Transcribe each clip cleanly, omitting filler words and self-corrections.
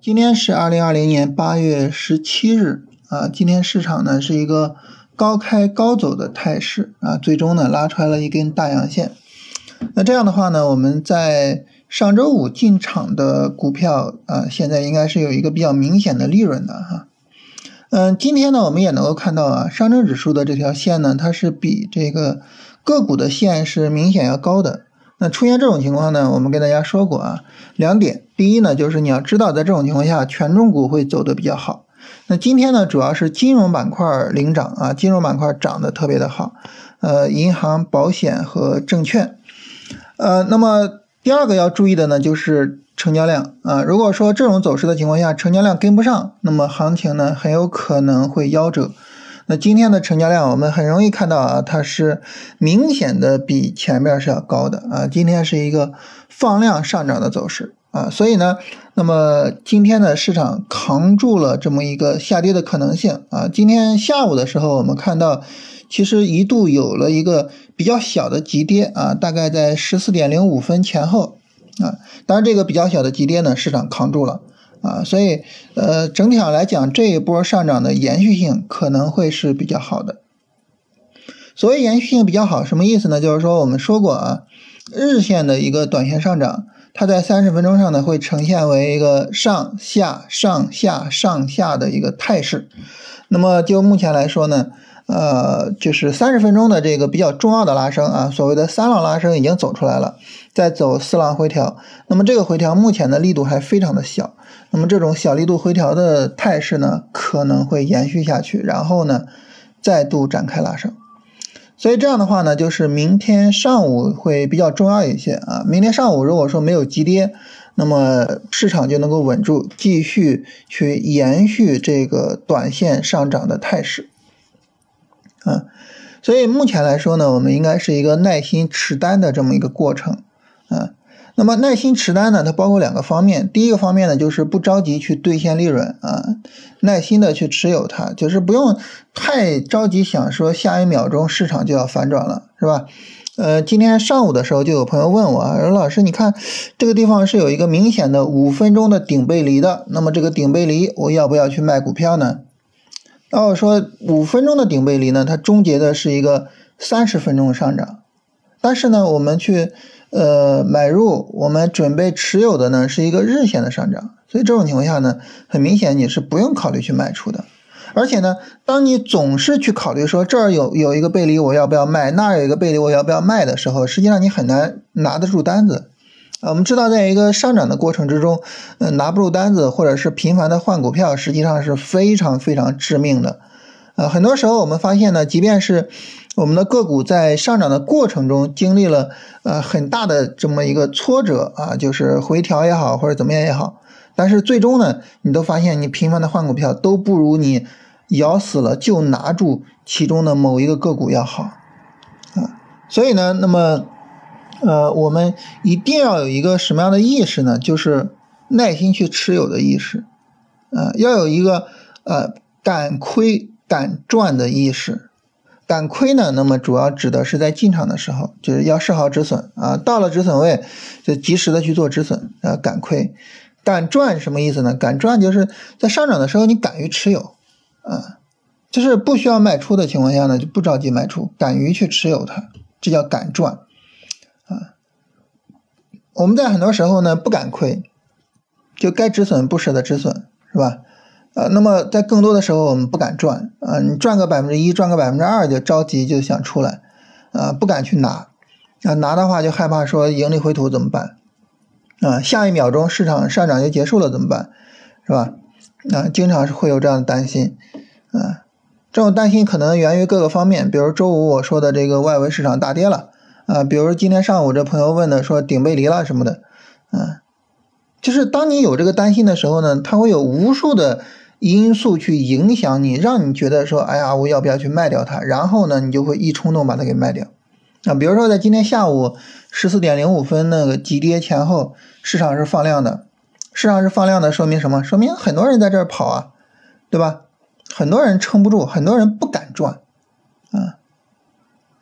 今天是2020年8月17日啊，今天市场呢是一个高开高走的态势啊，最终呢拉出来了一根大阳线。那这样的话呢，我们在上周五进场的股票啊，现在应该是有一个比较明显的利润的哈。今天呢我们也能够看到啊，上证指数的这条线呢，它是比这个个股的线是明显要高的。那出现这种情况呢，我们跟大家说过啊，两点。第一呢，就是你要知道在这种情况下权重股会走得比较好。那今天呢主要是金融板块领涨啊，金融板块涨得特别的好，银行、保险和证券。那么第二个要注意的呢就是成交量啊，如果说这种走势的情况下成交量跟不上，那么行情呢很有可能会夭折。那今天的成交量我们很容易看到啊，它是明显的比前面是要高的啊，今天是一个放量上涨的走势啊，所以呢，那么今天的市场扛住了这么一个下跌的可能性啊。今天下午的时候我们看到其实一度有了一个比较小的急跌啊，大概在14.05分前后啊，当然这个比较小的急跌呢市场扛住了啊，所以整体上来讲这一波上涨的延续性可能会是比较好的。所谓延续性比较好什么意思呢？就是说我们说过啊，日线的一个短线上涨，它在30分钟上呢会呈现为一个上下上下上下的一个态势。那么就目前来说呢，就是30分钟的这个比较重要的拉升啊，所谓的三浪拉升已经走出来了，再走四浪回调。那么这个回调目前的力度还非常的小，那么这种小力度回调的态势呢可能会延续下去，然后呢再度展开拉升。所以这样的话呢，就是明天上午会比较重要一些啊。明天上午如果说没有急跌，那么市场就能够稳住，继续去延续这个短线上涨的态势啊。所以目前来说呢，我们应该是一个耐心持单的这么一个过程啊。那么耐心持单呢，它包括两个方面。第一个方面呢，就是不着急去兑现利润啊，耐心的去持有它，就是不用太着急想说下一秒钟市场就要反转了，是吧？今天上午的时候就有朋友问我说老师你看这个地方是有一个明显的5分钟的顶背离的，那么这个顶背离我要不要去卖股票呢？那我说5分钟的顶背离呢，它终结的是一个30分钟的上涨，但是呢我们去买入我们准备持有的呢是一个日线的上涨，所以这种情况下呢，很明显你是不用考虑去卖出的。而且呢，当你总是去考虑说这儿有一个背离我要不要卖，那儿有一个背离我要不要卖的时候，实际上你很难拿得住单子。我们知道在一个上涨的过程之中，拿不住单子或者是频繁的换股票，实际上是非常非常致命的。很多时候我们发现呢，即便是我们的个股在上涨的过程中经历了很大的这么一个挫折啊，就是回调也好或者怎么样也好，但是最终呢，你都发现你频繁的换股票都不如你咬死了就拿住其中的某一个个股要好啊。所以呢，那么我们一定要有一个什么样的意识呢？就是耐心去持有的意识要有一个敢亏敢赚的意识。敢亏呢，那么主要指的是在进场的时候，就是要设好止损啊，到了止损位就及时的去做止损敢亏。敢赚什么意思呢？敢赚就是在上涨的时候你敢于持有就是不需要卖出的情况下呢，就不着急卖出，敢于去持有它，这叫敢赚我们在很多时候呢不敢亏，就该止损不舍得止损，是吧？那么在更多的时候我们不敢赚你赚个 1% 赚个 2% 就着急就想出来不敢去拿拿的话就害怕说盈利回吐怎么办下一秒钟市场上涨就结束了怎么办，是吧？经常是会有这样的担心这种担心可能源于各个方面，比如周五我说的这个外围市场大跌了比如今天上午这朋友问的说顶背离了什么的就是当你有这个担心的时候呢，它会有无数的因素去影响你，让你觉得说哎呀我要不要去卖掉它，然后呢你就会一冲动把它给卖掉比如说在今天下午14.05分那个急跌前后，市场是放量的，说明什么？说明很多人在这儿跑对吧？很多人撑不住，很多人不敢赚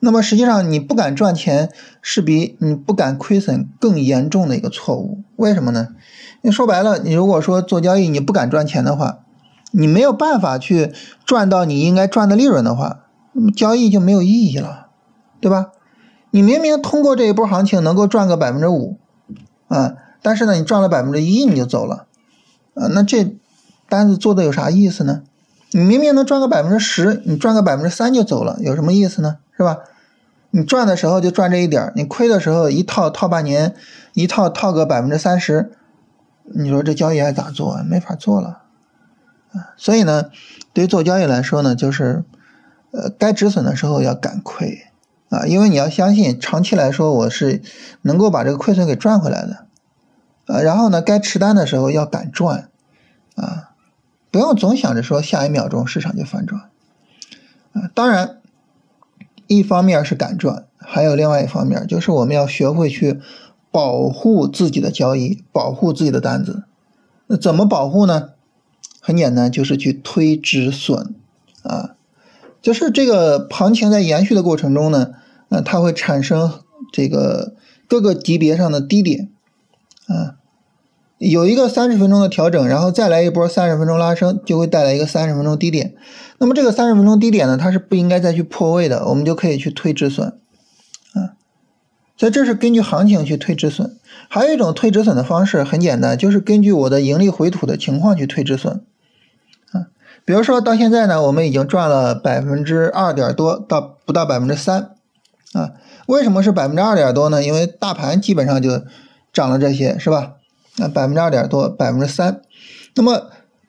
那么实际上你不敢赚钱是比你不敢亏损更严重的一个错误。为什么呢？你说白了，你如果说做交易你不敢赚钱的话，你没有办法去赚到你应该赚的利润的话，那么交易就没有意义了，对吧？你明明通过这一波行情能够赚个 5% 啊，但是呢你赚了 1% 你就走了啊，那这单子做的有啥意思呢？你明明能赚个 10%， 你赚个 3% 就走了，有什么意思呢？是吧？你赚的时候就赚这一点，你亏的时候一套半年，一套个 30%， 你说这交易还咋做啊？没法做了啊。所以呢对于做交易来说呢，就是该止损的时候要敢亏啊，因为你要相信长期来说我是能够把这个亏损给赚回来的然后呢该持单的时候要敢赚啊，不用总想着说下一秒钟市场就反转当然一方面是敢赚，还有另外一方面就是我们要学会去保护自己的交易，保护自己的单子。那怎么保护呢？很简单，就是去推止损啊。就是这个行情在延续的过程中呢它会产生这个各个级别上的低点啊，有一个30分钟的调整，然后再来一波30分钟拉升，就会带来一个30分钟低点。那么这个30分钟低点呢，它是不应该再去破位的，我们就可以去推止损所以这是根据行情去推止损。还有一种推止损的方式很简单，就是根据我的盈利回吐的情况去推止损比如说到现在呢，我们已经赚了 2% 点多到不到 3% 为什么是 2% 点多呢？因为大盘基本上就涨了这些，是吧2% 点多 3%。 那么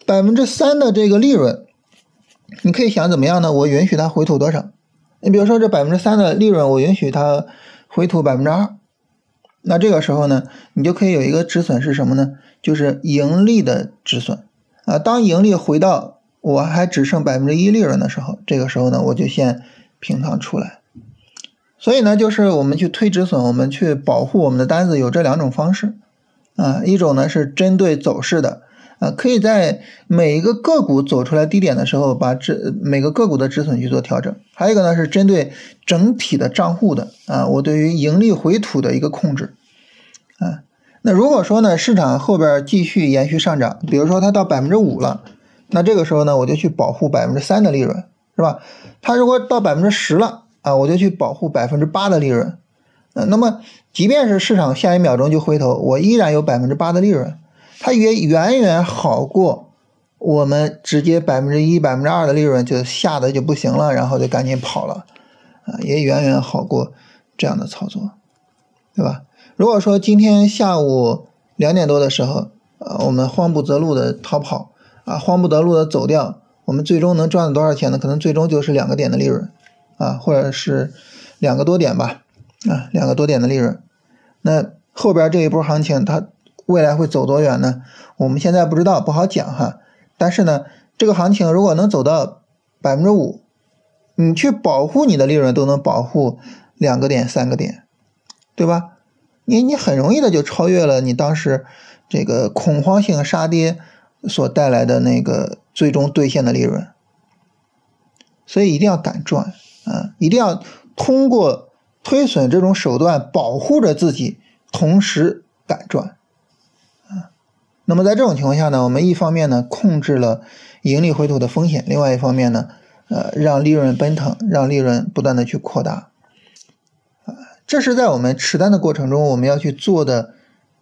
3% 的这个利润你可以想怎么样呢？我允许它回吐多少？你比如说这 3% 的利润我允许它回吐 2%， 那这个时候呢你就可以有一个止损是什么呢？就是盈利的止损当盈利回到我还只剩 1% 利润的时候，这个时候呢我就先平仓出来。所以呢就是我们去推止损，我们去保护我们的单子有这两种方式一种呢是针对走势的可以在每一个个股走出来低点的时候把每个个股的止损去做调整。还有一个呢是针对整体的账户的我对于盈利回吐的一个控制那如果说呢市场后边继续延续上涨，比如说它到 5% 了，那这个时候呢我就去保护 3% 的利润，是吧？它如果到 10% 了我就去保护 8% 的利润那么即便是市场下一秒钟就回头，我依然有 8% 的利润，它也远远好过我们直接 1% 2% 的利润就吓得就不行了，然后就赶紧跑了也远远好过这样的操作，对吧？如果说今天下午2点多的时候我们慌不择路的逃跑慌不择路的走掉，我们最终能赚了多少钱呢？可能最终就是2个点的利润或者是2个多点吧2个多点的利润。那后边这一波行情它未来会走多远呢？我们现在不知道，不好讲哈。但是呢这个行情如果能走到 5%， 你去保护你的利润都能保护2个点3个点，对吧？你很容易的就超越了你当时这个恐慌性杀跌所带来的那个最终兑现的利润。所以一定要敢赚一定要通过推损这种手段保护着自己，同时敢赚那么在这种情况下呢，我们一方面呢控制了盈利回吐的风险，另外一方面呢让利润奔腾，让利润不断的去扩大这是在我们持单的过程中我们要去做的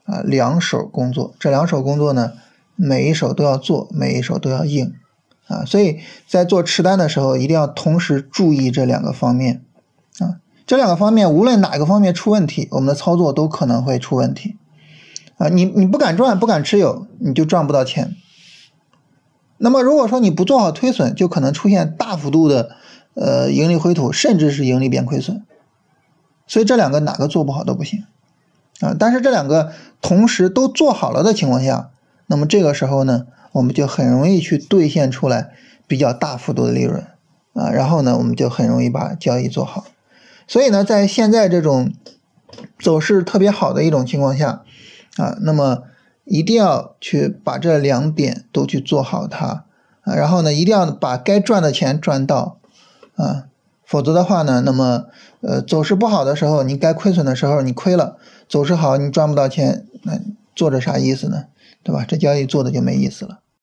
2手工作。这2手工作呢每一手都要做，每一手都要硬所以在做持单的时候一定要同时注意这2个方面这2个方面无论哪个方面出问题，我们的操作都可能会出问题你不敢赚不敢持有，你就赚不到钱。那么如果说你不做好推损，就可能出现大幅度的盈利回吐，甚至是盈利变亏损。所以这2个哪个做不好都不行但是这2个同时都做好了的情况下，那么这个时候呢我们就很容易去兑现出来比较大幅度的利润然后呢我们就很容易把交易做好。所以呢在现在这种走势特别好的一种情况下那么一定要去把这2点都去做好它然后呢一定要把该赚的钱赚到否则的话呢，那么走势不好的时候，你该亏损的时候你亏了，走势好你赚不到钱，那做着啥意思呢？对吧？这交易做的就没意思了。